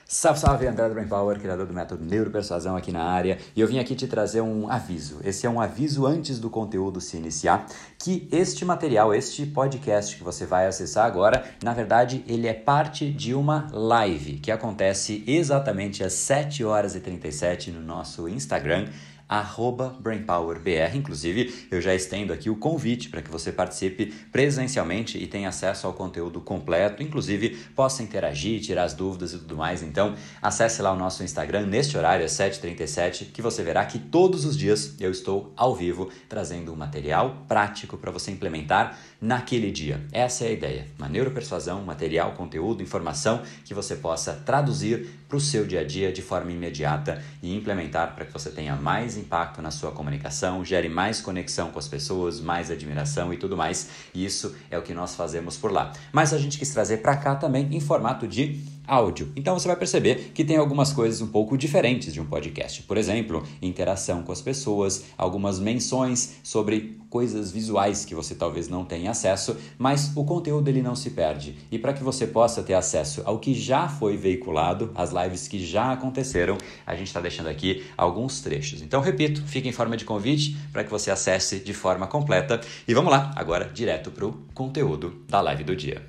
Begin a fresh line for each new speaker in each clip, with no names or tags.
Salve, salve, André do Brain Power, criador do método Neuropersuasão aqui na área, e eu vim aqui te trazer um aviso. Esse é um aviso antes do conteúdo se iniciar, que este material, este podcast que você vai acessar agora, na verdade, ele é parte de uma live que acontece exatamente às 7h37 no nosso Instagram, @BrainPowerBR. Inclusive, eu já estendo aqui o convite para que você participe presencialmente e tenha acesso ao conteúdo completo, inclusive possa interagir, tirar as dúvidas e tudo mais. Então, acesse lá o nosso Instagram neste horário, às 7h37, que você verá que todos os dias eu estou ao vivo trazendo um material prático para você implementar naquele dia. Essa é a ideia. Uma neuropersuasão, material, conteúdo, informação que você possa traduzir para o seu dia a dia de forma imediata e implementar para que você tenha mais impacto na sua comunicação, gere mais conexão com as pessoas, mais admiração e tudo mais. E isso é o que nós fazemos por lá. Mas a gente quis trazer para cá também em formato de áudio. Então você vai perceber que tem algumas coisas um pouco diferentes de um podcast. Por exemplo, interação com as pessoas, algumas menções sobre coisas visuais que você talvez não tenha acesso, mas o conteúdo ele não se perde. E para que você possa ter acesso ao que já foi veiculado, as lives que já aconteceram, a gente está deixando aqui alguns trechos. Então, repito, fica em forma de convite para que você acesse de forma completa. E vamos lá, agora direto para o conteúdo da live do dia.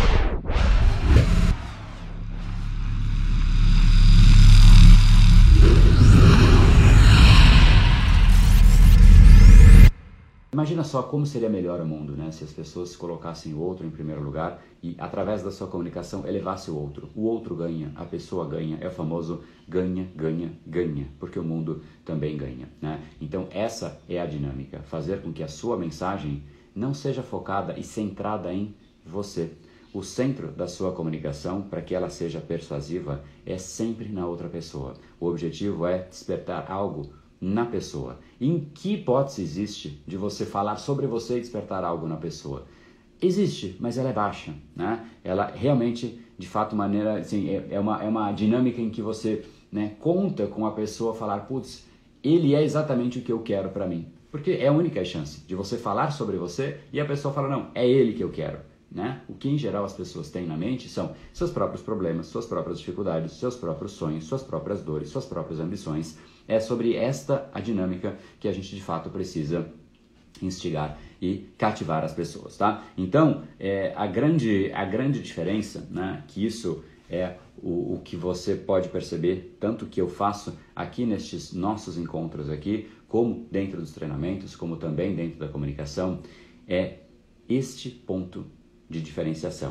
Imagina só como seria melhor o mundo, né? Se as pessoas colocassem o outro em primeiro lugar e, através da sua comunicação, elevasse o outro. O outro ganha, a pessoa ganha, é o famoso ganha, ganha, ganha, porque o mundo também ganha, né? Então, essa é a dinâmica, fazer com que a sua mensagem não seja focada e centrada em você. O centro da sua comunicação, para que ela seja persuasiva, é sempre na outra pessoa. O objetivo é despertar algo na pessoa. Em que hipótese existe de você falar sobre você e despertar algo na pessoa? Existe, mas ela é baixa, né? Ela realmente, de fato, maneira, assim, é uma dinâmica em que você, né, conta com a pessoa falar, putz, ele é exatamente o que eu quero para mim. Porque é a única chance de você falar sobre você e a pessoa fala, não, é ele que eu quero. Né? O que em geral as pessoas têm na mente são seus próprios problemas, suas próprias dificuldades, seus próprios sonhos, suas próprias dores, suas próprias ambições. É sobre esta a dinâmica que a gente de fato precisa instigar e cativar as pessoas, tá? Então, a grande diferença, né, que isso é o que você pode perceber, tanto que eu faço aqui nestes nossos encontros aqui, como dentro dos treinamentos, como também dentro da comunicação, é este ponto de diferenciação.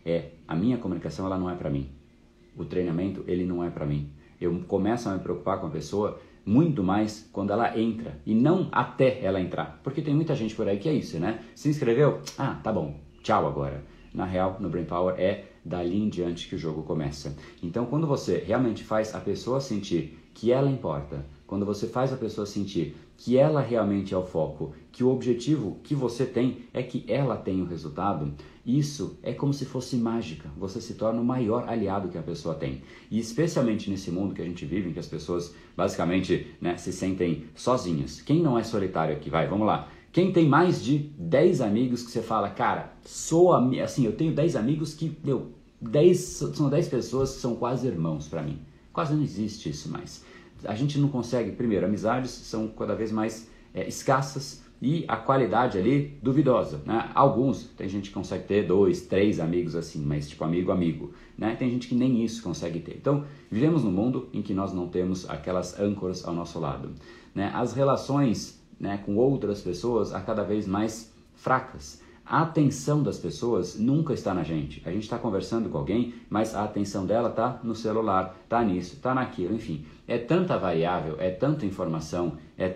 A minha comunicação, ela não é para mim. O treinamento, ele não é para mim. Eu começo a me preocupar com a pessoa muito mais quando ela entra e não até ela entrar. Porque tem muita gente por aí que é isso, né? Se inscreveu? Ah, tá bom. Tchau agora. Na real, no Brain Power é dali em diante que o jogo começa. Então, quando você realmente faz a pessoa sentir que ela importa, quando você faz a pessoa sentir que ela realmente é o foco, que o objetivo que você tem é que ela tenha o resultado, isso é como se fosse mágica. Você se torna o maior aliado que a pessoa tem. E especialmente nesse mundo que a gente vive, em que as pessoas basicamente, né, se sentem sozinhas. Quem não é solitário aqui? Vai, vamos lá. Quem tem mais de 10 amigos que você fala, cara, eu tenho 10 amigos que, são 10 pessoas que são quase irmãos para mim. Quase não existe isso mais. A gente não consegue, primeiro, amizades são cada vez mais escassas e a qualidade ali duvidosa, né? Tem gente que consegue ter 2, 3 amigos assim, mas tipo amigo, né? Tem gente que nem isso consegue ter. Então, vivemos num mundo em que nós não temos aquelas âncoras ao nosso lado, né? As relações, né, com outras pessoas a cada vez mais fracas. A atenção das pessoas nunca está na gente. A gente está conversando com alguém, mas a atenção dela está no celular, está nisso, está naquilo, enfim. É tanta variável, é tanta informação, é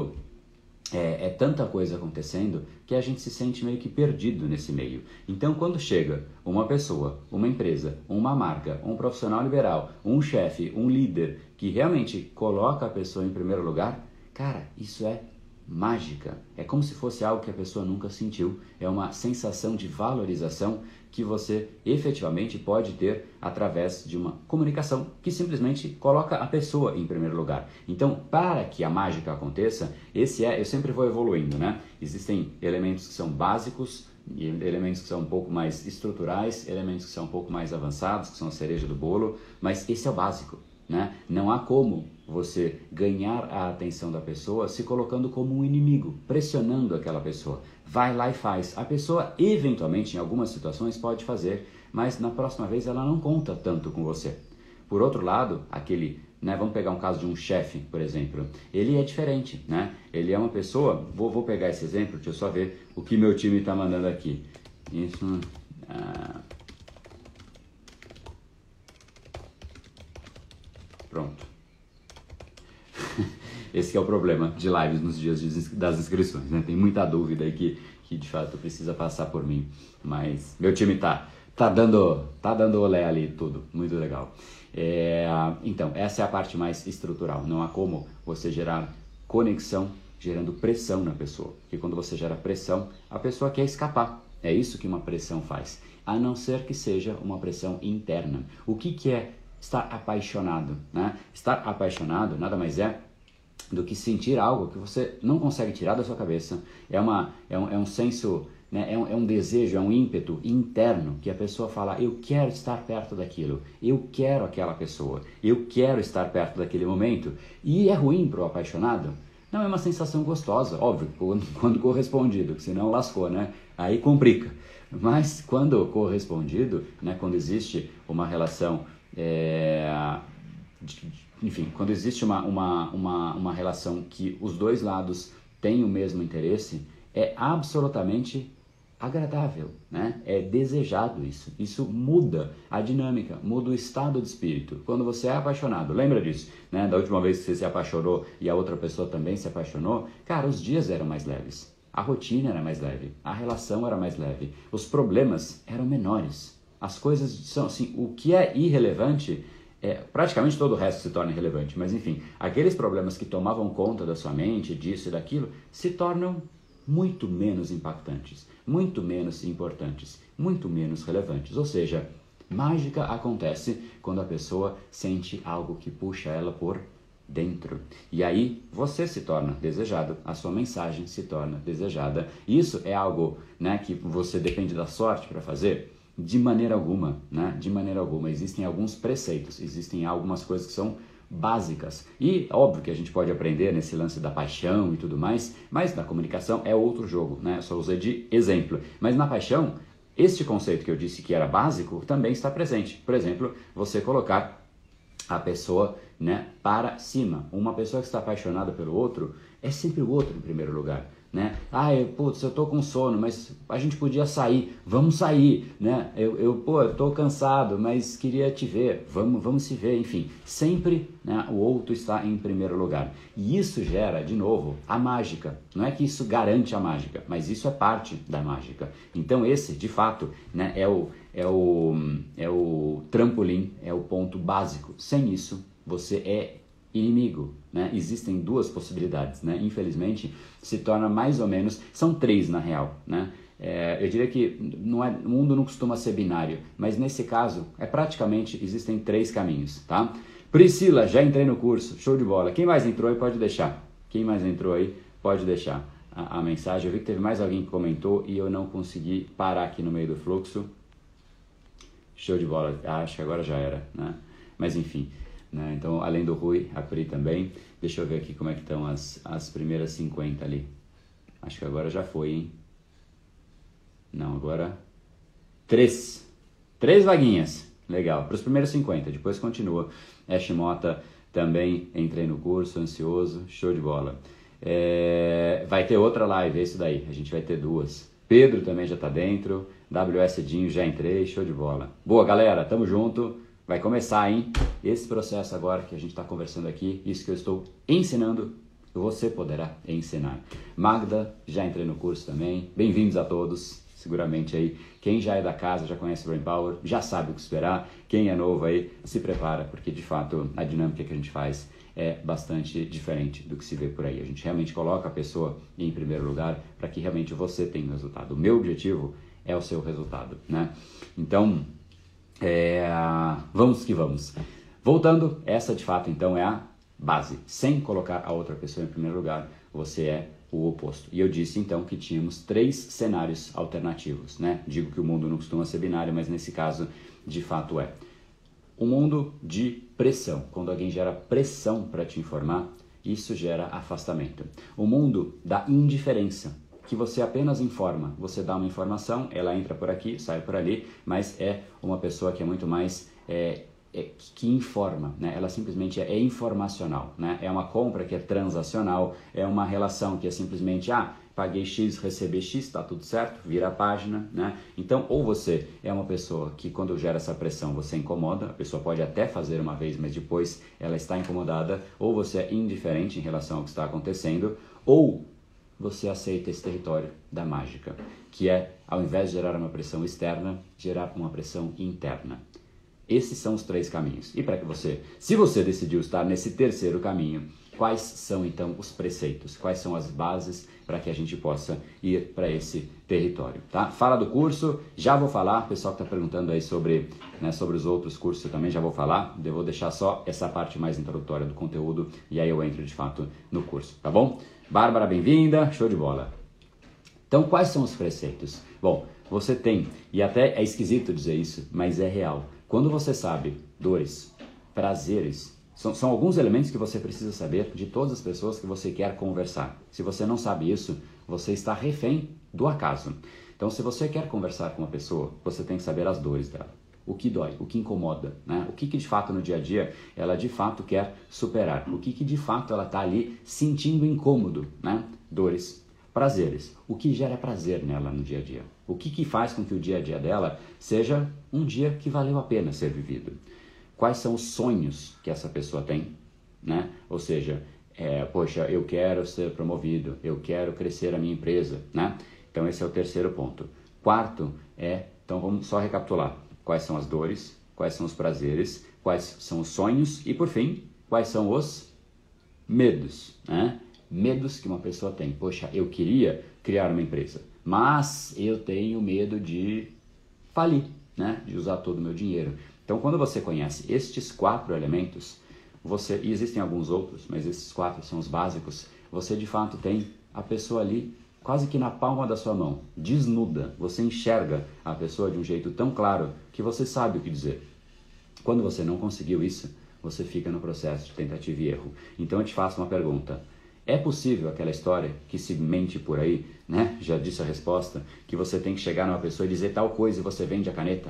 tanta coisa acontecendo que a gente se sente meio que perdido nesse meio. Então, quando chega uma pessoa, uma empresa, uma marca, um profissional liberal, um chefe, um líder que realmente coloca a pessoa em primeiro lugar, cara, isso é mágica. É como se fosse algo que a pessoa nunca sentiu. É uma sensação de valorização que você efetivamente pode ter através de uma comunicação que simplesmente coloca a pessoa em primeiro lugar. Então, para que a mágica aconteça, eu sempre vou evoluindo, né? Existem elementos que são básicos, elementos que são um pouco mais estruturais, elementos que são um pouco mais avançados, que são a cereja do bolo, mas esse é o básico, né? Não há como você ganhar a atenção da pessoa se colocando como um inimigo, pressionando aquela pessoa. Vai lá e faz. A pessoa, eventualmente, em algumas situações, pode fazer, mas na próxima vez ela não conta tanto com você. Por outro lado, vamos pegar um caso de um chefe, por exemplo. Ele é diferente, né? Ele é uma pessoa, vou pegar esse exemplo, deixa eu só ver o que meu time está mandando aqui. Isso... Pronto. Esse que é o problema de lives nos dias das inscrições, né? Tem muita dúvida aí que de fato precisa passar por mim, mas meu time tá dando olé ali tudo, muito legal. Então, essa é a parte mais estrutural. Não há como você gerar conexão gerando pressão na pessoa, porque quando você gera pressão, a pessoa quer escapar. É isso que uma pressão faz, a não ser que seja uma pressão interna. O que é estar apaixonado, né? Estar apaixonado nada mais é do que sentir algo que você não consegue tirar da sua cabeça. É um senso, né? É um desejo, é um ímpeto interno que a pessoa fala, eu quero estar perto daquilo, eu quero aquela pessoa, eu quero estar perto daquele momento. E é ruim para o apaixonado? Não, é uma sensação gostosa, óbvio, quando correspondido, que senão lascou, né? Aí complica. Mas quando correspondido, né? Quando existe uma relação... Enfim, quando existe uma relação que os dois lados têm o mesmo interesse, é absolutamente agradável, né? É desejado isso. Isso muda a dinâmica, muda o estado de espírito. Quando você é apaixonado, lembra disso, né? Da última vez que você se apaixonou e a outra pessoa também se apaixonou, cara, os dias eram mais leves, a rotina era mais leve, a relação era mais leve, os problemas eram menores. As coisas são assim, o que é irrelevante, praticamente todo o resto se torna irrelevante, mas enfim, aqueles problemas que tomavam conta da sua mente, disso e daquilo, se tornam muito menos impactantes, muito menos importantes, muito menos relevantes. Ou seja, mágica acontece quando a pessoa sente algo que puxa ela por dentro. E aí você se torna desejado, a sua mensagem se torna desejada. Isso é algo, né, que você depende da sorte para fazer? De maneira alguma, né? De maneira alguma. Existem alguns preceitos, existem algumas coisas que são básicas. E óbvio que a gente pode aprender nesse lance da paixão e tudo mais, mas na comunicação é outro jogo, né? Eu só usei de exemplo. Mas na paixão, este conceito que eu disse que era básico também está presente. Por exemplo, você colocar a pessoa, né, para cima. Uma pessoa que está apaixonada pelo outro é sempre o outro em primeiro lugar. Né? Putz, eu tô com sono, mas a gente podia sair, vamos sair, né? Eu tô cansado, mas queria te ver, vamos se ver, enfim. Sempre, né, o outro está em primeiro lugar. E isso gera, de novo, a mágica. Não é que isso garante a mágica, mas isso é parte da mágica. Então esse, de fato, né, é o trampolim, é o ponto básico. Sem isso, você é inimigo, né? Existem duas possibilidades, né? Infelizmente se torna mais ou menos, são três na real, né? Eu diria que o mundo não costuma ser binário, mas nesse caso praticamente existem três caminhos, tá? Priscila, já entrei no curso, show de bola. Quem mais entrou aí pode deixar. Quem mais entrou aí pode deixar a mensagem. Eu vi que teve mais alguém que comentou e eu não consegui parar aqui no meio do fluxo. Show de bola. Acho que agora já era, né? Mas enfim. Né? Então, além do Rui, a Pri também. Deixa eu ver aqui como é que estão as primeiras 50 ali. Acho que agora já foi, hein? Não, agora... Três vaguinhas. Legal. Para os primeiros 50, depois continua. Ash Mota também, entrei no curso, ansioso. Show de bola. Vai ter outra live, é isso daí. A gente vai ter duas. Pedro também já está dentro. WS Dinho, já entrei. Show de bola. Boa, galera. Tamo junto. Vai começar, hein? Esse processo agora que a gente está conversando aqui, isso que eu estou ensinando, você poderá ensinar. Magda, já entrei no curso também. Bem-vindos a todos, seguramente aí. Quem já é da casa, já conhece o Brain Power, já sabe o que esperar. Quem é novo aí, se prepara, porque de fato a dinâmica que a gente faz é bastante diferente do que se vê por aí. A gente realmente coloca a pessoa em primeiro lugar para que realmente você tenha o resultado. O meu objetivo é o seu resultado, né? Então... vamos que vamos. Voltando, essa de fato então é a base. Sem colocar a outra pessoa em primeiro lugar, você é o oposto. E eu disse então que tínhamos 3 cenários alternativos, né? Digo que o mundo não costuma ser binário, mas nesse caso de fato é. O mundo de pressão, quando alguém gera pressão para te informar, isso gera afastamento. O mundo da indiferença, que você apenas informa, você dá uma informação, ela entra por aqui, sai por ali, mas é uma pessoa que é muito mais que informa, né? Ela simplesmente é informacional, né? É uma compra que é transacional, é uma relação que é simplesmente, paguei X, recebi X, tá tudo certo, vira a página, né? Então, ou você é uma pessoa que quando gera essa pressão você incomoda, a pessoa pode até fazer uma vez, mas depois ela está incomodada, ou você é indiferente em relação ao que está acontecendo, ou você aceita esse território da mágica, que é, ao invés de gerar uma pressão externa, gerar uma pressão interna. Esses são os 3 caminhos. E para que você, se você decidiu estar nesse terceiro caminho, quais são então os preceitos? Quais são as bases para que a gente possa ir para esse território, tá? Fala do curso, já vou falar, o pessoal que está perguntando aí sobre os outros cursos eu também já vou falar, eu vou deixar só essa parte mais introdutória do conteúdo e aí eu entro de fato no curso, tá bom? Bárbara, bem-vinda, show de bola. Então, quais são os preceitos? Bom, você tem, e até é esquisito dizer isso, mas é real. Quando você sabe dores, prazeres, são alguns elementos que você precisa saber de todas as pessoas que você quer conversar. Se você não sabe isso, você está refém do acaso. Então, se você quer conversar com uma pessoa, você tem que saber as dores dela. O que dói, o que incomoda, né? O que de fato no dia a dia ela de fato quer superar, o que de fato ela está ali sentindo incômodo, né? Dores, prazeres, o que gera prazer nela no dia a dia, o que faz com que o dia a dia dela seja um dia que valeu a pena ser vivido. Quais são os sonhos que essa pessoa tem, né? Ou seja, poxa, eu quero ser promovido, eu quero crescer a minha empresa, né? Então esse é o terceiro ponto. Quarto então vamos só recapitular. Quais são as dores, quais são os prazeres, quais são os sonhos e, por fim, quais são os medos, né? Medos que uma pessoa tem. Poxa, eu queria criar uma empresa, mas eu tenho medo de falir, né? De usar todo o meu dinheiro. Então, quando você conhece estes 4 elementos, e existem alguns outros, mas esses 4 são os básicos, você de fato tem a pessoa ali quase que na palma da sua mão, desnuda. Você enxerga a pessoa de um jeito tão claro que você sabe o que dizer. Quando você não conseguiu isso, você fica no processo de tentativa e erro. Então eu te faço uma pergunta. É possível aquela história que se mente por aí, né? Já disse a resposta, que você tem que chegar numa pessoa e dizer tal coisa e você vende a caneta?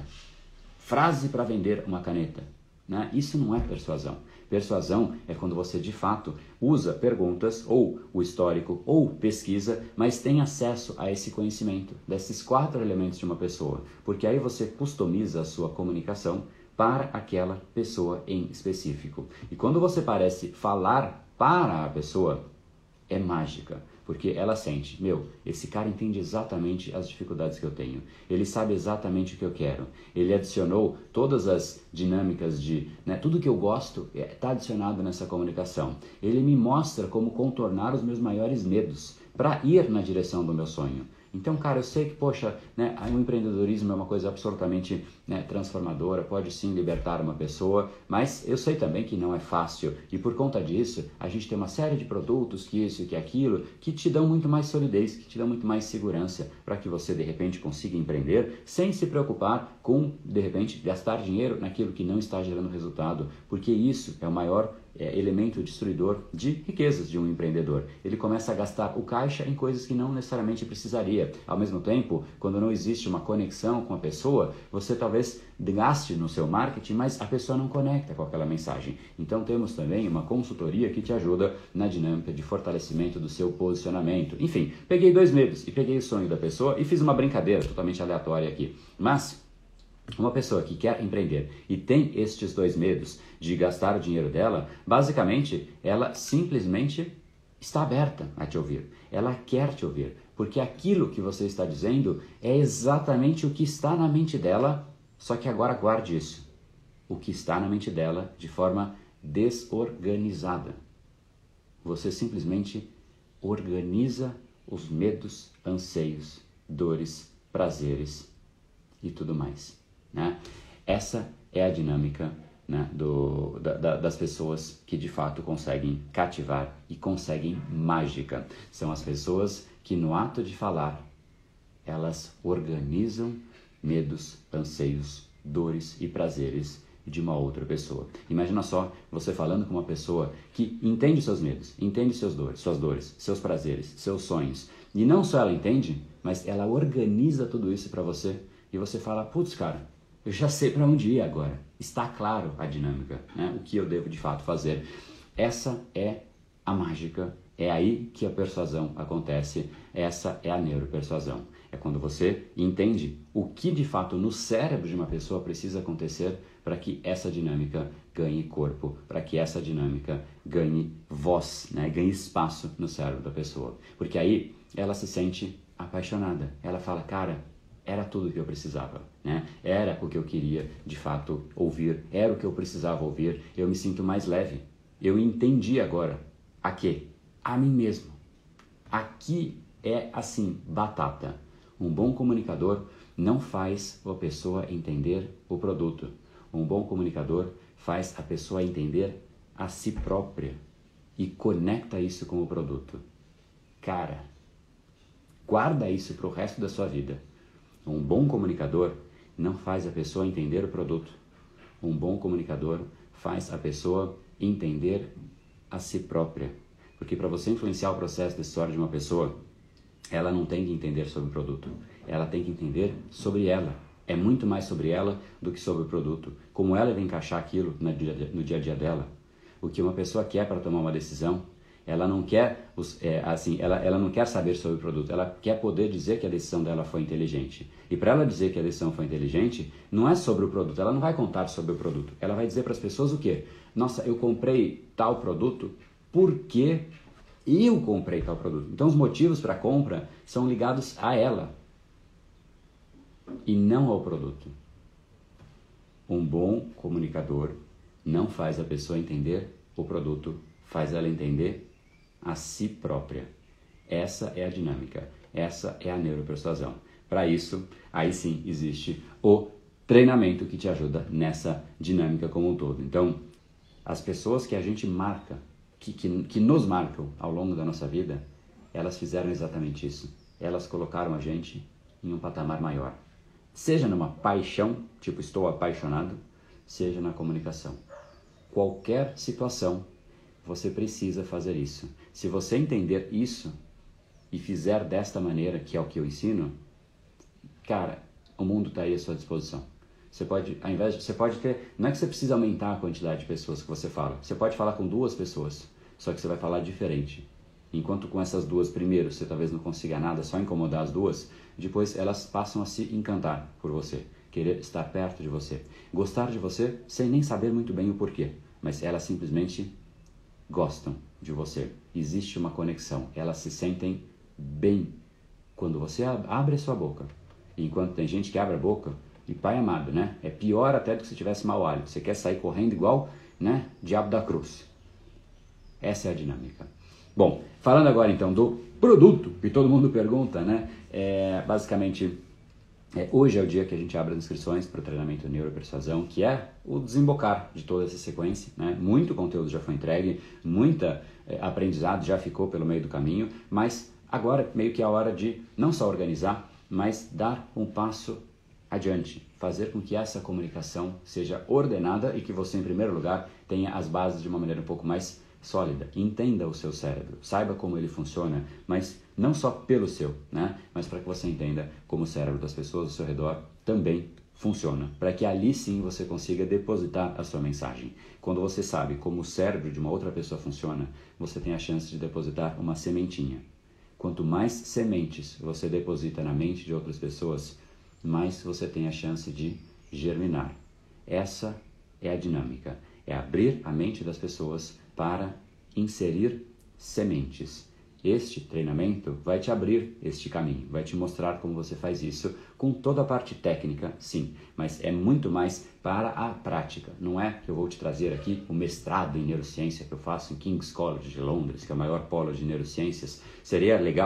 Frase para vender uma caneta, né? Isso não é persuasão. Persuasão é quando você de fato usa perguntas ou o histórico ou pesquisa, mas tem acesso a esse conhecimento desses 4 elementos de uma pessoa, porque aí você customiza a sua comunicação para aquela pessoa em específico. E quando você parece falar para a pessoa, é mágica, porque ela sente, esse cara entende exatamente as dificuldades que eu tenho, ele sabe exatamente o que eu quero, ele adicionou todas as dinâmicas tudo que eu gosto está adicionado nessa comunicação, ele me mostra como contornar os meus maiores medos para ir na direção do meu sonho. Então, cara, eu sei que, poxa, o empreendedorismo é uma coisa absolutamente transformadora, pode sim libertar uma pessoa, mas eu sei também que não é fácil e por conta disso a gente tem uma série de produtos, que isso e que aquilo, que te dão muito mais solidez, que te dão muito mais segurança para que você de repente consiga empreender sem se preocupar com, de repente, gastar dinheiro naquilo que não está gerando resultado, porque isso é o maior elemento destruidor de riquezas de um empreendedor. Ele começa a gastar o caixa em coisas que não necessariamente precisaria. Ao mesmo tempo, quando não existe uma conexão com a pessoa, você talvez gaste no seu marketing, mas a pessoa não conecta com aquela mensagem. Então temos também uma consultoria que te ajuda na dinâmica de fortalecimento do seu posicionamento. Enfim, peguei 2 medos e peguei o sonho da pessoa e fiz uma brincadeira totalmente aleatória aqui. Mas uma pessoa que quer empreender e tem estes 2 medos de gastar o dinheiro dela, basicamente, ela simplesmente está aberta a te ouvir. Ela quer te ouvir, porque aquilo que você está dizendo é exatamente o que está na mente dela, só que agora guarde isso. O que está na mente dela de forma desorganizada. Você simplesmente organiza os medos, anseios, dores, prazeres e tudo mais, né? Essa é a dinâmica né, das pessoas que de fato conseguem cativar e conseguem mágica. São as pessoas que no ato de falar, elas organizam medos, anseios, dores e prazeres de uma outra pessoa. Imagina só você falando com uma pessoa que entende seus medos, entende suas dores, seus prazeres, seus sonhos. E não só ela entende, mas ela organiza tudo isso para você. E você fala, putz, cara, eu já sei para onde ir agora. Está claro a dinâmica, né? O que eu devo de fato fazer. Essa é a mágica, é aí que a persuasão acontece. Essa é a neuropersuasão. É quando você entende o que de fato no cérebro de uma pessoa precisa acontecer para que essa dinâmica ganhe corpo, para que essa dinâmica ganhe voz, né? Ganhe espaço no cérebro da pessoa. Porque aí ela se sente apaixonada. Ela fala, cara, era tudo o que eu precisava, né? Era o que eu queria de fato ouvir, era o que eu precisava ouvir. Eu me sinto mais leve. Eu entendi agora a quê? A mim mesmo. Aqui é assim, batata. Um bom comunicador não faz a pessoa entender o produto. Um bom comunicador faz a pessoa entender a si própria e conecta isso com o produto. Cara, guarda isso para o resto da sua vida. Um bom comunicador não faz a pessoa entender o produto. Um bom comunicador faz a pessoa entender a si própria. Porque para você influenciar o processo de história de uma pessoa, ela não tem que entender sobre o produto. Ela tem que entender sobre ela. É muito mais sobre ela do que sobre o produto. Como ela vai encaixar aquilo no dia a dia dela. O que uma pessoa quer para tomar uma decisão, ela não quer, ela não quer saber sobre o produto. Ela quer poder dizer que a decisão dela foi inteligente. E para ela dizer que a decisão foi inteligente, não é sobre o produto. Ela não vai contar sobre o produto. Ela vai dizer para as pessoas o quê? Nossa, eu comprei tal produto porque eu comprei tal produto. Então os motivos para a compra são ligados a ela e não ao produto. Um bom comunicador não faz a pessoa entender o produto, faz ela entender a si própria. Essa é a dinâmica, essa é a neuropersuasão. Para isso, aí sim existe o treinamento que te ajuda nessa dinâmica como um todo. Então, as pessoas que a gente marca, que nos marcam ao longo da nossa vida, elas fizeram exatamente isso. Elas colocaram a gente em um patamar maior. Seja numa paixão, tipo estou apaixonado, seja na comunicação. Qualquer situação, você precisa fazer isso. Se você entender isso e fizer desta maneira, que é o que eu ensino, cara, o mundo está aí à sua disposição. Você pode ter, não é que você precisa aumentar a quantidade de pessoas que você fala. Você pode falar com 2 pessoas, só que você vai falar diferente. Enquanto com essas 2, primeiro, você talvez não consiga nada, só incomodar as 2, depois elas passam a se encantar por você, querer estar perto de você, gostar de você sem nem saber muito bem o porquê, mas elas simplesmente gostam de você. Existe uma conexão, elas se sentem bem quando você abre a sua boca. Enquanto tem gente que abre a boca, e pai amado, né? É pior até do que se tivesse mau hálito. Você quer sair correndo igual, né? Diabo da cruz. Essa é a dinâmica. Bom, falando agora então do produto, que todo mundo pergunta, né? Basicamente, hoje é o dia que a gente abre as inscrições para o treinamento Neuropersuasão, que é o desembocar de toda essa sequência, né? Muito conteúdo já foi entregue, muita aprendizado já ficou pelo meio do caminho, mas agora meio que é a hora de não só organizar, mas dar um passo adiante, fazer com que essa comunicação seja ordenada e que você, em primeiro lugar, tenha as bases de uma maneira um pouco mais sólida. Entenda o seu cérebro, saiba como ele funciona, mas não só pelo seu, né? Mas para que você entenda como o cérebro das pessoas ao seu redor também funciona, para que ali sim você consiga depositar a sua mensagem. Quando você sabe como o cérebro de uma outra pessoa funciona, você tem a chance de depositar uma sementinha. Quanto mais sementes você deposita na mente de outras pessoas, mais você tem a chance de germinar. Essa é a dinâmica, é abrir a mente das pessoas para inserir sementes. Este treinamento vai te abrir este caminho, vai te mostrar como você faz isso com toda a parte técnica, sim, mas é muito mais para a prática. Não é que eu vou te trazer aqui o mestrado em neurociência que eu faço em King's College de Londres, que é o maior polo de neurociências. Seria legal,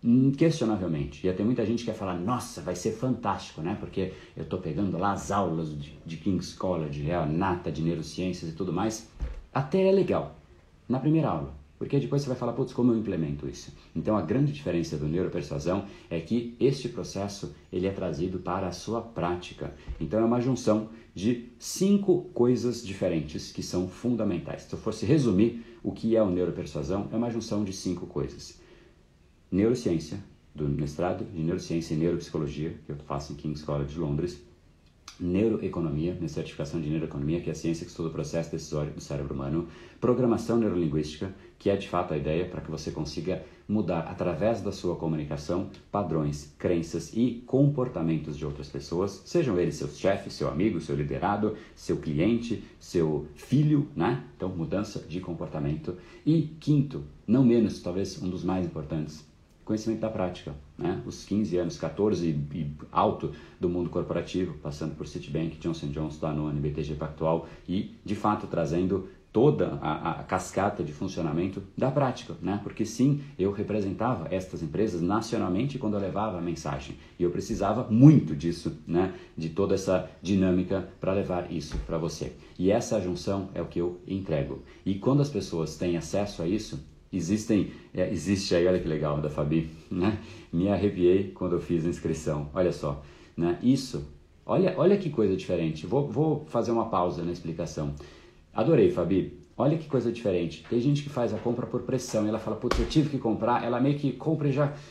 Inquestionavelmente. Ia ter muita gente que ia falar, nossa, vai ser fantástico, né? Porque eu estou pegando lá as aulas de King's College, a nata de neurociências e tudo mais. Até é legal, na primeira aula. Porque depois você vai falar, putz, como eu implemento isso? Então a grande diferença do neuropersuasão é que este processo ele é trazido para a sua prática. Então é uma junção de 5 coisas diferentes que são fundamentais. Se eu fosse resumir o que é o neuropersuasão, é uma junção de 5 coisas. Neurociência, do mestrado de neurociência e neuropsicologia, que eu faço em King's College de Londres. Neuroeconomia, minha certificação de neuroeconomia, que é a ciência que estuda o processo decisório do cérebro humano. Programação neurolinguística, que é de fato a ideia para que você consiga mudar através da sua comunicação padrões, crenças e comportamentos de outras pessoas, sejam eles seus chefes, seu amigo, seu liderado, seu cliente, seu filho, né? Então, mudança de comportamento. E quinto, não menos, talvez um dos mais importantes, conhecimento da prática, né? Os 15 anos, 14 e alto do mundo corporativo, passando por Citibank, Johnson & Johnson, Danone, BTG Pactual e, de fato, trazendo toda a cascata de funcionamento da prática, né? Porque sim, eu representava estas empresas nacionalmente quando eu levava a mensagem e eu precisava muito disso, né? De toda essa dinâmica para levar isso para você. E essa junção é o que eu entrego. E quando as pessoas têm acesso a isso, existe aí, olha que legal da Fabi, né? Me arrepiei quando eu fiz a inscrição, olha só, né? Isso, olha que coisa diferente. Vou fazer uma pausa na explicação. Adorei, Fabi. Olha que coisa diferente. Tem gente que faz a compra por pressão e ela fala, putz, eu tive que comprar, ela meio que compra e já,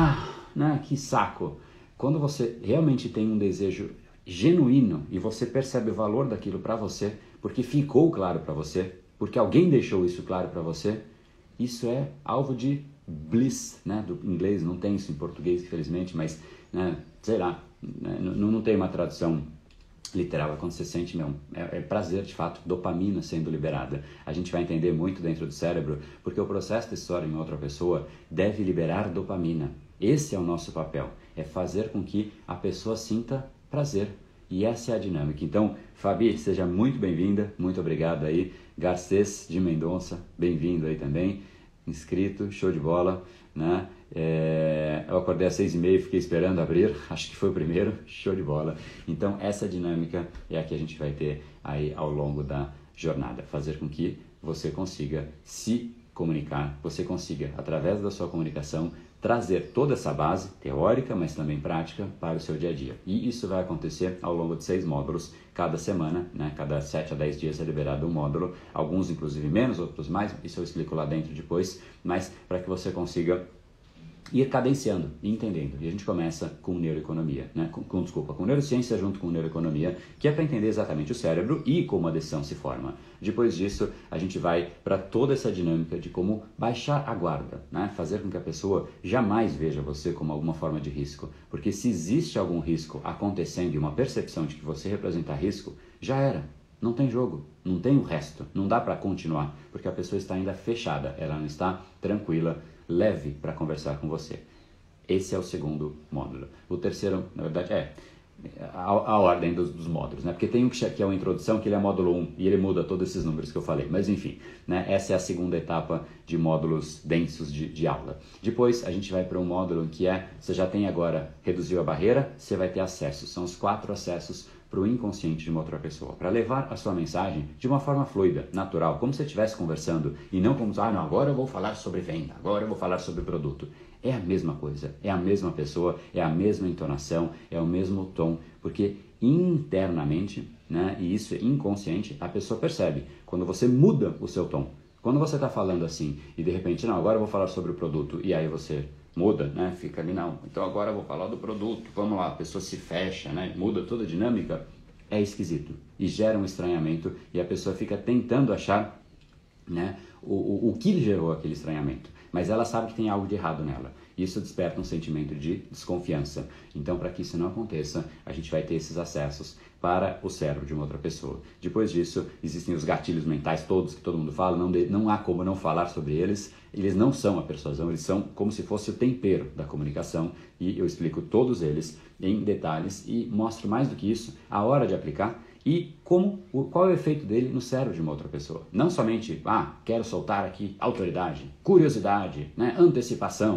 né? Que saco. Quando você realmente tem um desejo genuíno e você percebe o valor daquilo para você, porque ficou claro para você, porque alguém deixou isso claro para você, isso é alvo de bliss, né? Do inglês, não tem isso em português, infelizmente, mas, né? Sei lá, né? Não tem uma tradução literal, é quando você sente, é prazer de fato, dopamina sendo liberada. A gente vai entender muito dentro do cérebro, porque o processo decisório em outra pessoa deve liberar dopamina. Esse é o nosso papel, é fazer com que a pessoa sinta prazer. E essa é a dinâmica. Então, Fabi, seja muito bem-vinda, muito obrigado aí. Garcês de Mendonça, bem-vindo aí também, inscrito, show de bola, né? Eu acordei às 6h30, fiquei esperando abrir, acho que foi o primeiro, show de bola. Então, essa dinâmica é a que a gente vai ter aí ao longo da jornada, fazer com que você consiga se comunicar, você consiga, através da sua comunicação, trazer toda essa base teórica, mas também prática, para o seu dia a dia. E isso vai acontecer ao longo de 6 módulos, cada semana, né? Cada 7 a 10 dias é liberado um módulo, alguns inclusive menos, outros mais, isso eu explico lá dentro depois, mas para que você consiga ir cadenciando e entendendo. E a gente começa com neuroeconomia, né? Com neurociência junto com neuroeconomia, que é para entender exatamente o cérebro e como a decisão se forma. Depois disso, a gente vai para toda essa dinâmica de como baixar a guarda, né? Fazer com que a pessoa jamais veja você como alguma forma de risco. Porque se existe algum risco acontecendo e uma percepção de que você representa risco, já era. Não tem jogo, não tem o resto, não dá para continuar, porque a pessoa está ainda fechada, ela não está tranquila, leve para conversar com você. Esse é o segundo módulo. O terceiro, na verdade, é a ordem dos módulos, né? Porque tem um que é uma introdução, que ele é módulo 1 e ele muda todos esses números que eu falei. Mas enfim, né? Essa é a segunda etapa de módulos densos de aula. Depois a gente vai para um módulo que você já tem agora, reduziu a barreira, você vai ter acesso. São os 4 acessos para o inconsciente de uma outra pessoa, para levar a sua mensagem de uma forma fluida, natural, como se você estivesse conversando e não como, não, agora eu vou falar sobre venda, agora eu vou falar sobre produto. É a mesma coisa, é a mesma pessoa, é a mesma entonação, é o mesmo tom, porque internamente, né, e isso é inconsciente, a pessoa percebe quando você muda o seu tom. Quando você está falando assim e de repente, não, agora eu vou falar sobre o produto e aí você muda, né? Fica ali, não, então agora eu vou falar do produto, vamos lá, a pessoa se fecha, né? Muda toda a dinâmica, é esquisito e gera um estranhamento e a pessoa fica tentando achar, né, o que gerou aquele estranhamento, mas ela sabe que tem algo de errado nela. Isso desperta um sentimento de desconfiança. Então, para que isso não aconteça, a gente vai ter esses acessos para o cérebro de uma outra pessoa. Depois disso, existem os gatilhos mentais todos que todo mundo fala, não há como não falar sobre eles. Eles não são a persuasão, eles são como se fosse o tempero da comunicação e eu explico todos eles em detalhes e mostro mais do que isso, a hora de aplicar e qual é o efeito dele no cérebro de uma outra pessoa. Não somente, quero soltar aqui autoridade, curiosidade, né, antecipação.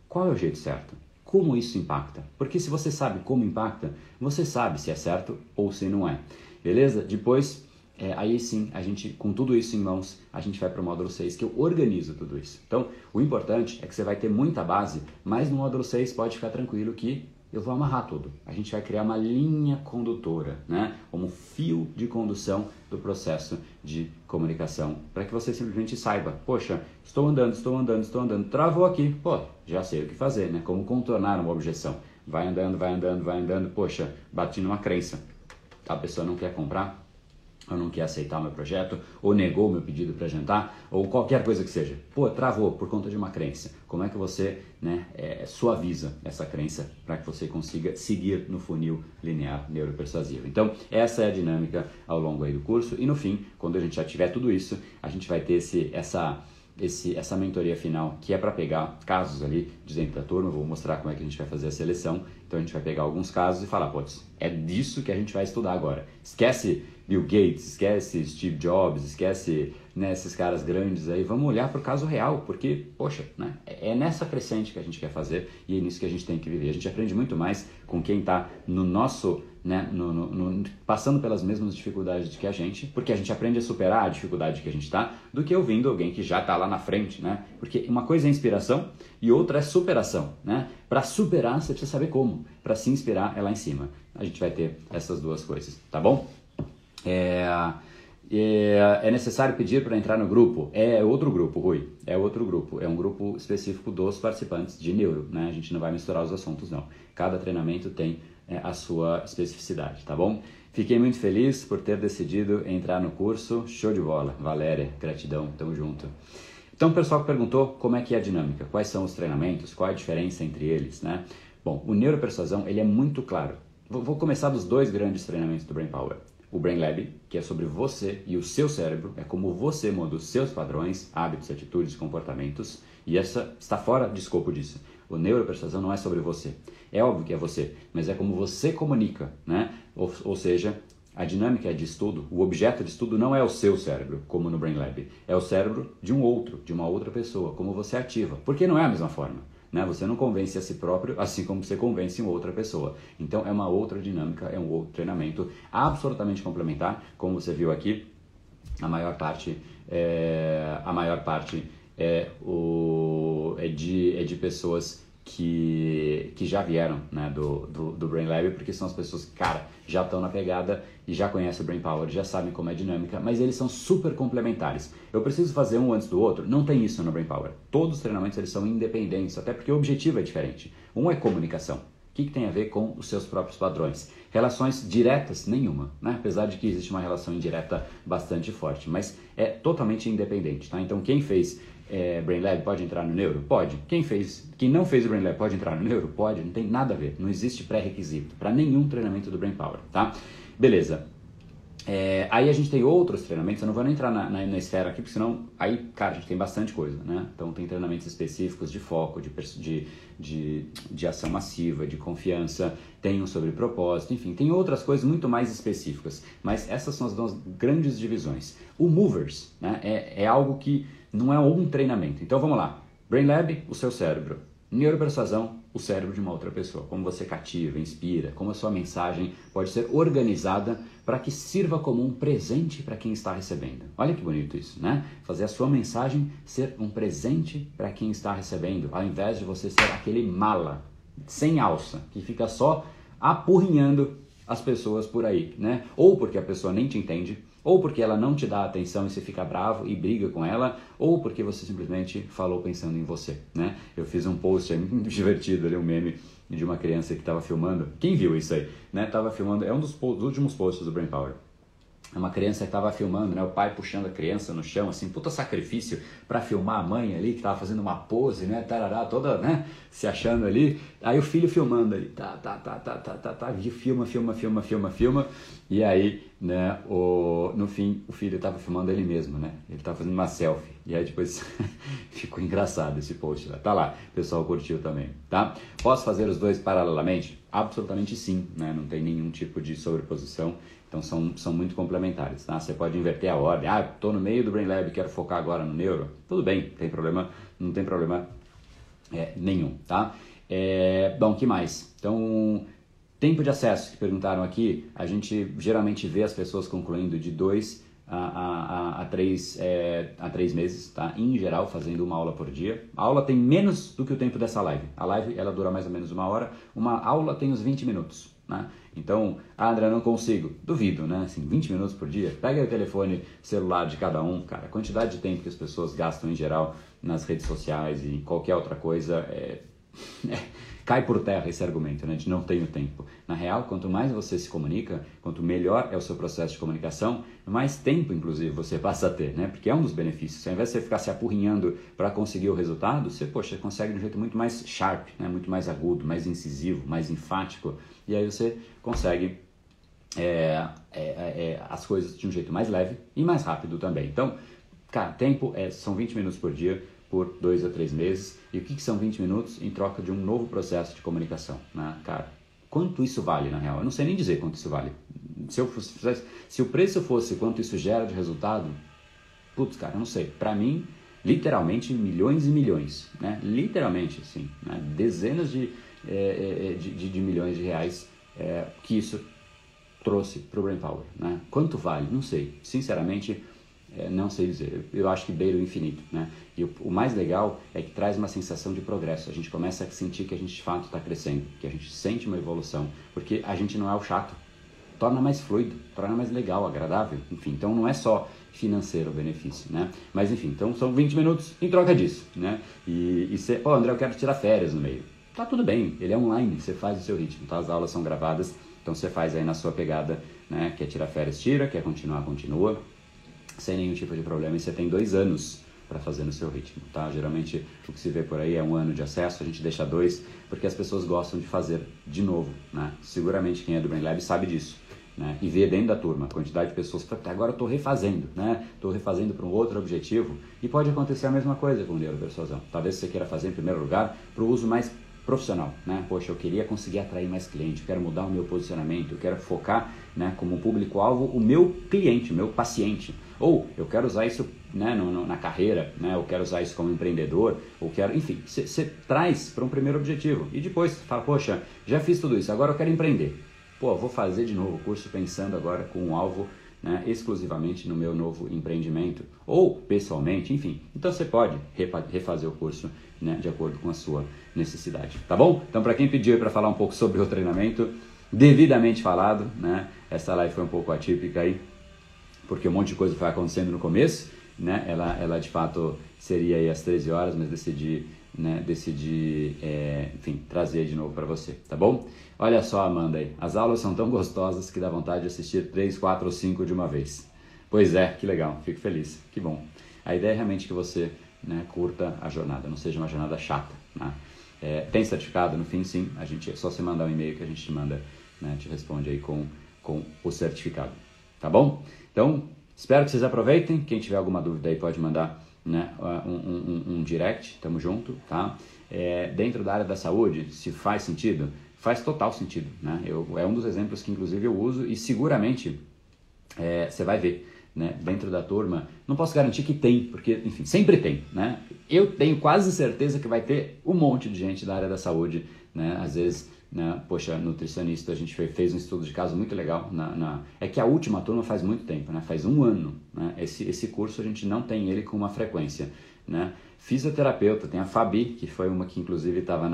Qual é o jeito certo? Como isso impacta? Porque se você sabe como impacta, você sabe se é certo ou se não é. Beleza? Depois, aí sim, a gente, com tudo isso em mãos, a gente vai para o módulo 6, que eu organizo tudo isso. Então, o importante é que você vai ter muita base, mas no módulo 6 pode ficar tranquilo que eu vou amarrar tudo. A gente vai criar uma linha condutora, né? Como fio de condução do processo de comunicação, para que você simplesmente saiba, poxa, estou andando, travou aqui, pô, já sei o que fazer, né? Como contornar uma objeção. Vai andando, poxa, bati numa crença. A pessoa não quer comprar, ou não quer aceitar o meu projeto, ou negou o meu pedido para jantar, ou qualquer coisa que seja. Pô, travou por conta de uma crença. Como é que você, né, suaviza essa crença para que você consiga seguir no funil linear neuropersuasivo? Então, essa é a dinâmica ao longo aí do curso. E no fim, quando a gente já tiver tudo isso, a gente vai ter essa mentoria final, que é para pegar casos ali de dentro da turma. Eu vou mostrar como é que a gente vai fazer a seleção. Então a gente vai pegar alguns casos e falar, putz, é disso que a gente vai estudar agora. Esquece Bill Gates, esquece Steve Jobs, esquece, né, esses caras grandes aí. Vamos olhar para o caso real, porque, poxa, né, é nessa crescente que a gente quer fazer e é nisso que a gente tem que viver. A gente aprende muito mais com quem está no nosso, né, passando pelas mesmas dificuldades que a gente, porque a gente aprende a superar a dificuldade que a gente está, do que ouvindo alguém que já está lá na frente, né? Porque uma coisa é inspiração e outra é superação, né? Para superar, você precisa saber como. Para se inspirar, é lá em cima. A gente vai ter essas duas coisas, tá bom? É necessário pedir para entrar no grupo? É outro grupo, Rui. É outro grupo. É um grupo específico dos participantes de neuro, né? A gente não vai misturar os assuntos, não. Cada treinamento tem a sua especificidade, tá bom? Fiquei muito feliz por ter decidido entrar no curso. Show de bola. Valéria, gratidão. Tamo junto. Então, o pessoal que perguntou como é que é a dinâmica, quais são os treinamentos, qual é a diferença entre eles, né? Bom, o neuropersuasão, ele é muito claro. Vou começar dos dois grandes treinamentos do Brain Power. O Brain Lab, que é sobre você e o seu cérebro, é como você muda os seus padrões, hábitos, atitudes, comportamentos, e essa está fora de escopo disso. O neuropersuasão não é sobre você. É óbvio que é você, mas é como você comunica, né? Ou seja, a dinâmica de estudo, o objeto de estudo não é o seu cérebro, como no Brain Lab, é o cérebro de um outro, de uma outra pessoa, como você ativa, porque não é a mesma forma. Né? Você não convence a si próprio, assim como você convence uma outra pessoa. Então é uma outra dinâmica, é um outro treinamento absolutamente complementar, como você viu aqui, a maior parte é de pessoas que já vieram, né, do Brain Lab, porque são as pessoas que, cara, já estão na pegada e já conhecem o Brain Power, já sabem como é a dinâmica, mas eles são super complementares. Eu preciso fazer um antes do outro? Não tem isso no Brain Power. Todos os treinamentos eles são independentes, até porque o objetivo é diferente. Um é comunicação. O que tem a ver com os seus próprios padrões? Relações diretas? Nenhuma, né? Apesar de que existe uma relação indireta bastante forte, mas é totalmente independente, tá? Então quem fez Brain Lab pode entrar no neuro? Pode. Quem não fez o Brain Lab pode entrar no neuro? Pode. Não tem nada a ver. Não existe pré-requisito para nenhum treinamento do Brain Power, tá? Beleza. Aí a gente tem outros treinamentos, eu não vou nem entrar na esfera aqui, porque senão, aí, cara, a gente tem bastante coisa, né? Então tem treinamentos específicos de foco, de ação massiva, de confiança, tem um sobre propósito, enfim, tem outras coisas muito mais específicas, mas essas são as duas grandes divisões. O Movers, né, é algo que não é um treinamento. Então vamos lá, Brain Lab, o seu cérebro. Neuropersuasão, o cérebro de uma outra pessoa. Como você cativa, inspira, como a sua mensagem pode ser organizada para que sirva como um presente para quem está recebendo. Olha que bonito isso, né? Fazer a sua mensagem ser um presente para quem está recebendo, ao invés de você ser aquele mala, sem alça, que fica só apurrinhando as pessoas por aí, né? Ou porque a pessoa nem te entende, ou porque ela não te dá atenção e você fica bravo e briga com ela, ou porque você simplesmente falou pensando em você, né? Eu fiz um post aí muito divertido ali, um meme de uma criança que estava filmando. Quem viu isso aí? Né? Tava filmando, é um dos últimos posts do Brain Power. É uma criança que estava filmando, né? O pai puxando a criança no chão, assim, puta sacrifício para filmar a mãe ali, que estava fazendo uma pose, né? Tarará, toda, né? Se achando ali. Aí o filho filmando ali, filma. E aí, né? No fim, o filho estava filmando ele mesmo, né? Ele estava fazendo uma selfie. E aí depois ficou engraçado esse post lá. Tá lá, o pessoal curtiu também, tá? Posso fazer os dois paralelamente? Absolutamente sim, né? Não tem nenhum tipo de sobreposição. Então são muito complementares, tá? Você pode inverter a ordem. Estou no meio do Brain Lab, quero focar agora no neuro. Tudo bem, não tem problema Nenhum, tá? Bom, que mais? Então, tempo de acesso, que perguntaram aqui, a gente geralmente vê as pessoas concluindo de 2 a 3 meses, tá? Em geral, fazendo uma aula por dia. A aula tem menos do que o tempo dessa live. A live, ela dura mais ou menos 1 hora. Uma aula tem uns 20 minutos, né? Então, André, não consigo. Duvido, né? Assim, 20 minutos por dia. Pega o telefone celular de cada um, cara. A quantidade de tempo que as pessoas gastam em geral nas redes sociais e qualquer outra coisa cai por terra esse argumento, né, de não tenho tempo. Na real, quanto mais você se comunica, quanto melhor é o seu processo de comunicação, mais tempo, inclusive, você passa a ter, né, porque é um dos benefícios. Ao invés de você ficar se apurrinhando para conseguir o resultado, você, consegue de um jeito muito mais sharp, né, muito mais agudo, mais incisivo, mais enfático, e aí você consegue as coisas de um jeito mais leve e mais rápido também. Então, cara, tempo são 20 minutos por dia, por 2 a 3 meses. E o que são 20 minutos em troca de um novo processo de comunicação, né? Cara, quanto isso vale na real? Eu não sei nem dizer quanto isso vale. Se o preço fosse quanto isso gera de resultado, putz, cara, eu não sei. Pra mim, literalmente, milhões e milhões, né? Literalmente, assim, né? Dezenas de milhões de reais que isso trouxe pro Brain Power, né? Quanto vale? Não sei. Sinceramente, não sei dizer. Eu acho que beira o infinito, né? E o mais legal é que traz uma sensação de progresso. A gente começa a sentir que a gente de fato está crescendo, que a gente sente uma evolução, porque a gente não é o chato. Torna mais fluido, torna mais legal, agradável, enfim. Então não é só financeiro o benefício, né? Mas enfim, então são 20 minutos em troca disso, né? E você, André, eu quero tirar férias no meio. Tá tudo bem, ele é online, você faz o seu ritmo, tá? As aulas são gravadas, então você faz aí na sua pegada, né? Quer tirar férias, tira, quer continuar, continua, sem nenhum tipo de problema, e você tem 2 anos para fazer no seu ritmo, tá? Geralmente o que se vê por aí é 1 ano de acesso, a gente deixa 2, porque as pessoas gostam de fazer de novo, né? Seguramente quem é do Brain Lab sabe disso, né? E vê dentro da turma a quantidade de pessoas que agora eu estou refazendo, né? Estou refazendo para um outro objetivo, e pode acontecer a mesma coisa com o neuropersuasão. Talvez você queira fazer em primeiro lugar para o uso mais profissional, né? Poxa, eu queria conseguir atrair mais cliente, eu quero mudar o meu posicionamento, eu quero focar, né, como público-alvo o meu cliente, o meu paciente. Ou eu quero usar isso, né, na carreira, né, eu quero usar isso como empreendedor, ou quero, enfim, você traz para um primeiro objetivo e depois você fala, poxa, já fiz tudo isso, agora eu quero empreender. Pô, vou fazer de novo o curso pensando agora com um alvo, né, exclusivamente no meu novo empreendimento, ou pessoalmente, enfim. Então você pode refazer o curso, né, de acordo com a sua necessidade, tá bom? Então, para quem pediu para falar um pouco sobre o treinamento, devidamente falado, né, essa live foi um pouco atípica aí, porque um monte de coisa foi acontecendo no começo, né, ela de fato seria aí às 13 horas, mas decidi, enfim, trazer de novo para você, tá bom? Olha só, Amanda aí, as aulas são tão gostosas que dá vontade de assistir 3, 4 ou 5 de uma vez. Pois é, que legal, fico feliz, que bom. A ideia é realmente que você, né, curta a jornada, não seja uma jornada chata, né? Tem certificado no fim, sim, é só você mandar um e-mail que a gente te manda, né, te responde aí com o certificado, tá bom? Então, espero que vocês aproveitem, quem tiver alguma dúvida aí pode mandar, né, um direct, tamo junto, tá? Dentro da área da saúde, se faz sentido, faz total sentido, né? É um dos exemplos que inclusive eu uso e seguramente você vai ver, né, dentro da turma, não posso garantir que tem, porque, enfim, sempre tem, né? Eu tenho quase certeza que vai ter um monte de gente da área da saúde, né? Às vezes, né, poxa, nutricionista, a gente fez um estudo de caso muito legal, é que a última turma faz muito tempo, né? Faz 1 ano, né? Esse curso a gente não tem ele com uma frequência, né? Fisioterapeuta, tem a Fabi, que foi uma que inclusive estava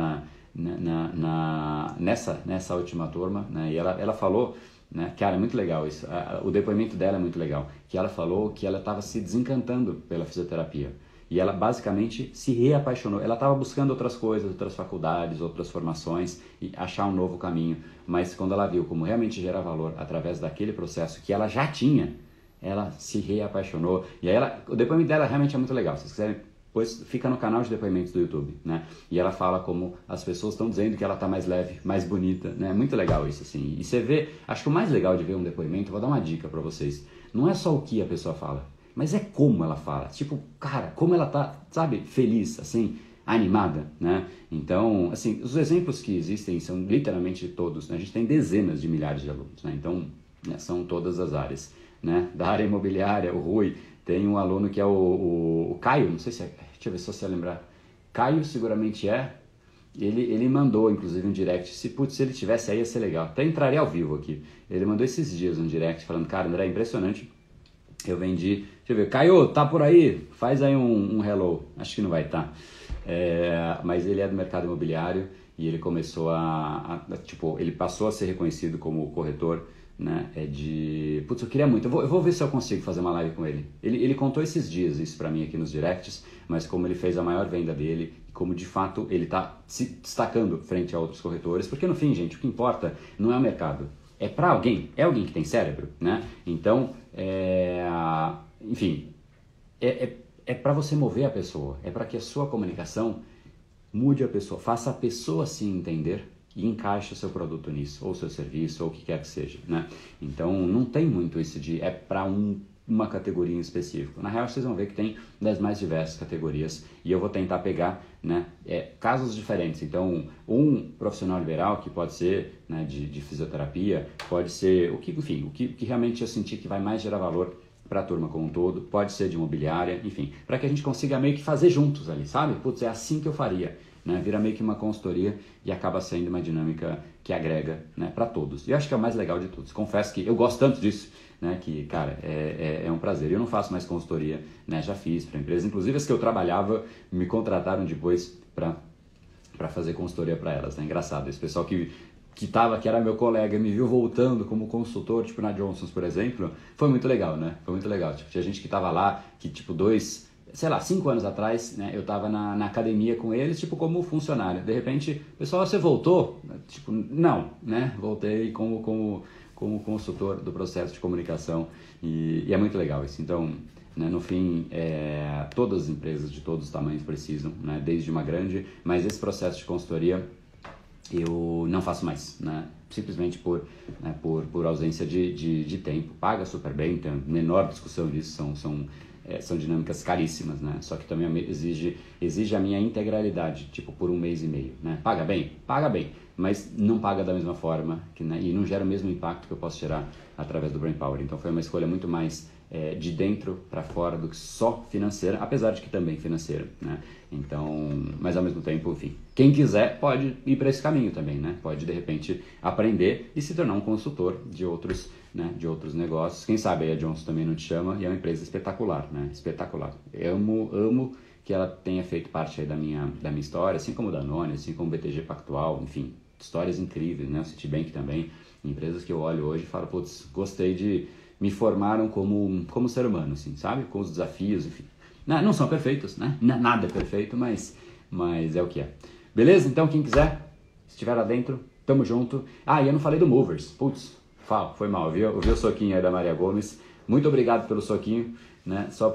nessa última turma, né? E ela falou, né, cara, é muito legal isso, o depoimento dela é muito legal, que ela falou que ela estava se desencantando pela fisioterapia e ela basicamente se reapaixonou, ela estava buscando outras coisas, outras faculdades, outras formações e achar um novo caminho, mas quando ela viu como realmente gera valor através daquele processo que ela já tinha, ela se reapaixonou e aí o depoimento dela realmente é muito legal, se vocês quiserem, pois fica no canal de depoimentos do YouTube, né? E ela fala como as pessoas estão dizendo que ela tá mais leve, mais bonita, né? É muito legal isso, assim. E você vê, acho que o mais legal de ver um depoimento, vou dar uma dica para vocês, não é só o que a pessoa fala, mas é como ela fala. Tipo, cara, como ela tá, sabe, feliz, assim, animada, né? Então, assim, os exemplos que existem são literalmente todos, né? A gente tem dezenas de milhares de alunos, né? Então, né, são todas as áreas, né? Da área imobiliária, o Rui, tem um aluno que é o Caio, não sei se deixa eu ver se você lembrar. Caio seguramente é. Ele mandou, inclusive, um direct. Se ele tivesse aí, ia ser legal. Até entraria ao vivo aqui. Ele mandou esses dias um direct falando, cara, André, é impressionante. Eu vendi... Deixa eu ver. Caio, tá por aí? Faz aí um hello. Acho que não vai estar. Mas ele é do mercado imobiliário e ele começou tipo, ele passou a ser reconhecido como corretor, né? Putz, eu queria muito. Eu vou ver se eu consigo fazer uma live com ele. Ele contou esses dias isso pra mim aqui nos directs, mas como ele fez a maior venda dele, como de fato ele tá se destacando frente a outros corretores, porque no fim, gente, o que importa não é o mercado, é para alguém, é alguém que tem cérebro, né? Então, enfim, é para você mover a pessoa, é para que a sua comunicação mude a pessoa, faça a pessoa se entender e encaixe o seu produto nisso, ou seu serviço, ou o que quer que seja, né? Então, não tem muito isso de para uma categoria em específico. Na real, vocês vão ver que tem das mais diversas categorias e eu vou tentar pegar, né, casos diferentes. Então, um profissional liberal que pode ser, né, de fisioterapia, pode ser o que realmente eu senti que vai mais gerar valor para a turma como um todo, pode ser de imobiliária, enfim, para que a gente consiga meio que fazer juntos ali, sabe? Putz, é assim que eu faria, né? Vira meio que uma consultoria e acaba sendo uma dinâmica que agrega, né, para todos. E eu acho que é o mais legal de todos. Confesso que eu gosto tanto disso, né, que, cara, é um prazer. Eu não faço mais consultoria, né, já fiz para empresas, inclusive as que eu trabalhava me contrataram depois para fazer consultoria para elas, né? Engraçado, esse pessoal que era meu colega, me viu voltando como consultor, tipo na Johnson's, por exemplo, foi muito legal, né? Foi muito legal. Tipo, tinha gente que tava lá, que tipo 5 anos atrás, né, eu tava na academia com eles, tipo, como funcionário. De repente, pessoal, você voltou? Tipo, não, né? Voltei como consultor do processo de comunicação e é muito legal isso. Então, né, no fim, todas as empresas de todos os tamanhos precisam, né, desde uma grande, mas esse processo de consultoria eu não faço mais, né? Simplesmente por ausência de tempo. Paga super bem, tem a menor discussão disso, são dinâmicas caríssimas, né? Só que também exige a minha integralidade, tipo por 1 mês e meio, né? Paga bem, mas não paga da mesma forma, né? E não gera o mesmo impacto que eu posso gerar através do Brain Power. Então foi uma escolha muito mais de dentro para fora do que só financeira, apesar de que também financeira, né? Então, mas ao mesmo tempo, enfim, quem quiser pode ir para esse caminho também, né? Pode de repente aprender e se tornar um consultor de outros, né, de outros negócios. Quem sabe a Johnson também não te chama e é uma empresa espetacular, né? Espetacular. Eu amo que ela tenha feito parte aí da minha história, assim como o Danone, assim como o BTG Pactual, enfim, histórias incríveis, né? O Citibank também, empresas que eu olho hoje e falo, putz, gostei de me formaram como ser humano, assim, sabe? Com os desafios, enfim. Não são perfeitos, né? Nada é perfeito, mas é o que é. Beleza? Então, quem quiser, se estiver lá dentro, tamo junto. E eu não falei do Movers. Putz, foi mal. Eu vi o soquinho aí da Maria Gomes. Muito obrigado pelo soquinho, né? Só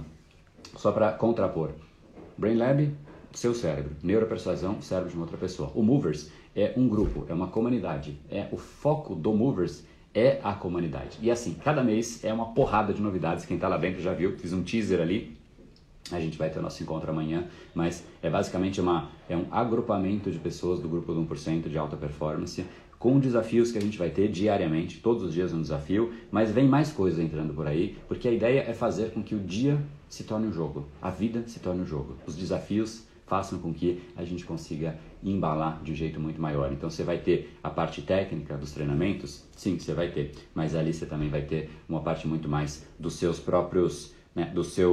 pra contrapor. Brain Lab, seu cérebro. Neuropersuasão, cérebro de uma outra pessoa. O Movers é um grupo, é uma comunidade. O foco do Movers é a comunidade. E assim, cada mês é uma porrada de novidades. Quem tá lá dentro já viu, fiz um teaser ali. A gente vai ter o nosso encontro amanhã, mas é basicamente um agrupamento de pessoas do grupo do 1% de alta performance, com desafios que a gente vai ter diariamente, todos os dias um desafio, mas vem mais coisas entrando por aí, porque a ideia é fazer com que o dia se torne um jogo, a vida se torne um jogo. Os desafios façam com que a gente consiga embalar de um jeito muito maior. Então você vai ter a parte técnica dos treinamentos, sim, você vai ter, mas ali você também vai ter uma parte muito mais dos seus próprios, né,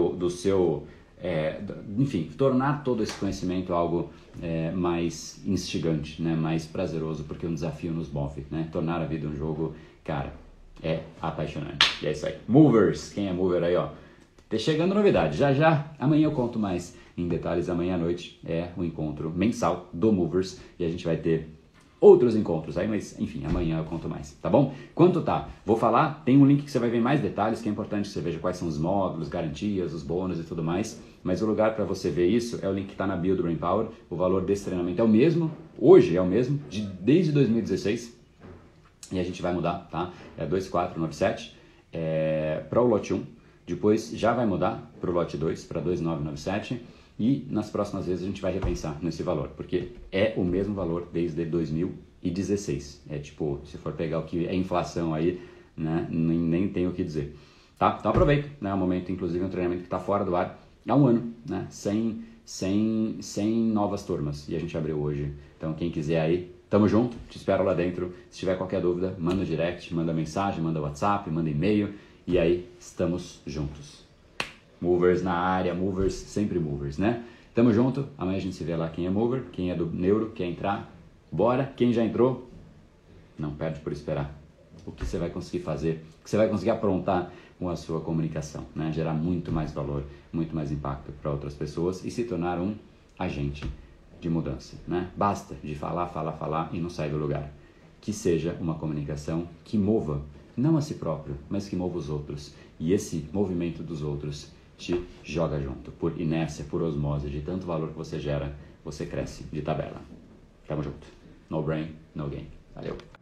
enfim, tornar todo esse conhecimento algo mais instigante, né, mais prazeroso, porque um desafio nos move, né? Tornar a vida um jogo, cara, é apaixonante. E é isso aí. Movers, quem é mover aí, ó? Tá chegando novidade, já, amanhã eu conto mais em detalhes. Amanhã à noite é o encontro mensal do Movers e a gente vai ter outros encontros aí, mas enfim, amanhã eu conto mais, tá bom? Quanto tá? Vou falar, tem um link que você vai ver mais detalhes, que é importante que você veja quais são os módulos, garantias, os bônus e tudo mais, mas o lugar para você ver isso é o link que tá na bio do Brain Power. O valor desse treinamento é o mesmo, hoje é o mesmo, desde 2016, e a gente vai mudar, tá? É 2497 para o lote 1, depois já vai mudar para o lote 2, para 2997, e nas próximas vezes a gente vai repensar nesse valor, porque é o mesmo valor desde 2016. É tipo, se for pegar o que é inflação aí, né, nem tem o que dizer. Tá? Então aproveita, né, o momento, inclusive um treinamento que está fora do ar há um ano, né, sem 100 novas turmas e a gente abriu hoje. Então quem quiser aí, tamo junto, te espero lá dentro. Se tiver qualquer dúvida, manda um direct, manda mensagem, manda WhatsApp, manda e-mail e aí estamos juntos. Movers na área, movers, sempre movers, né? Tamo junto, amanhã a gente se vê lá quem é mover, quem é do neuro, quer entrar, bora. Quem já entrou, não perde por esperar. O que você vai conseguir fazer, o que você vai conseguir aprontar com a sua comunicação, né? Gerar muito mais valor, muito mais impacto para outras pessoas e se tornar um agente de mudança, né? Basta de falar e não sair do lugar. Que seja uma comunicação que mova, não a si próprio, mas que mova os outros. E esse movimento dos outros te joga junto, por inércia, por osmose, de tanto valor que você gera, você cresce de tabela. Tamo junto. No brain, no gain. Valeu.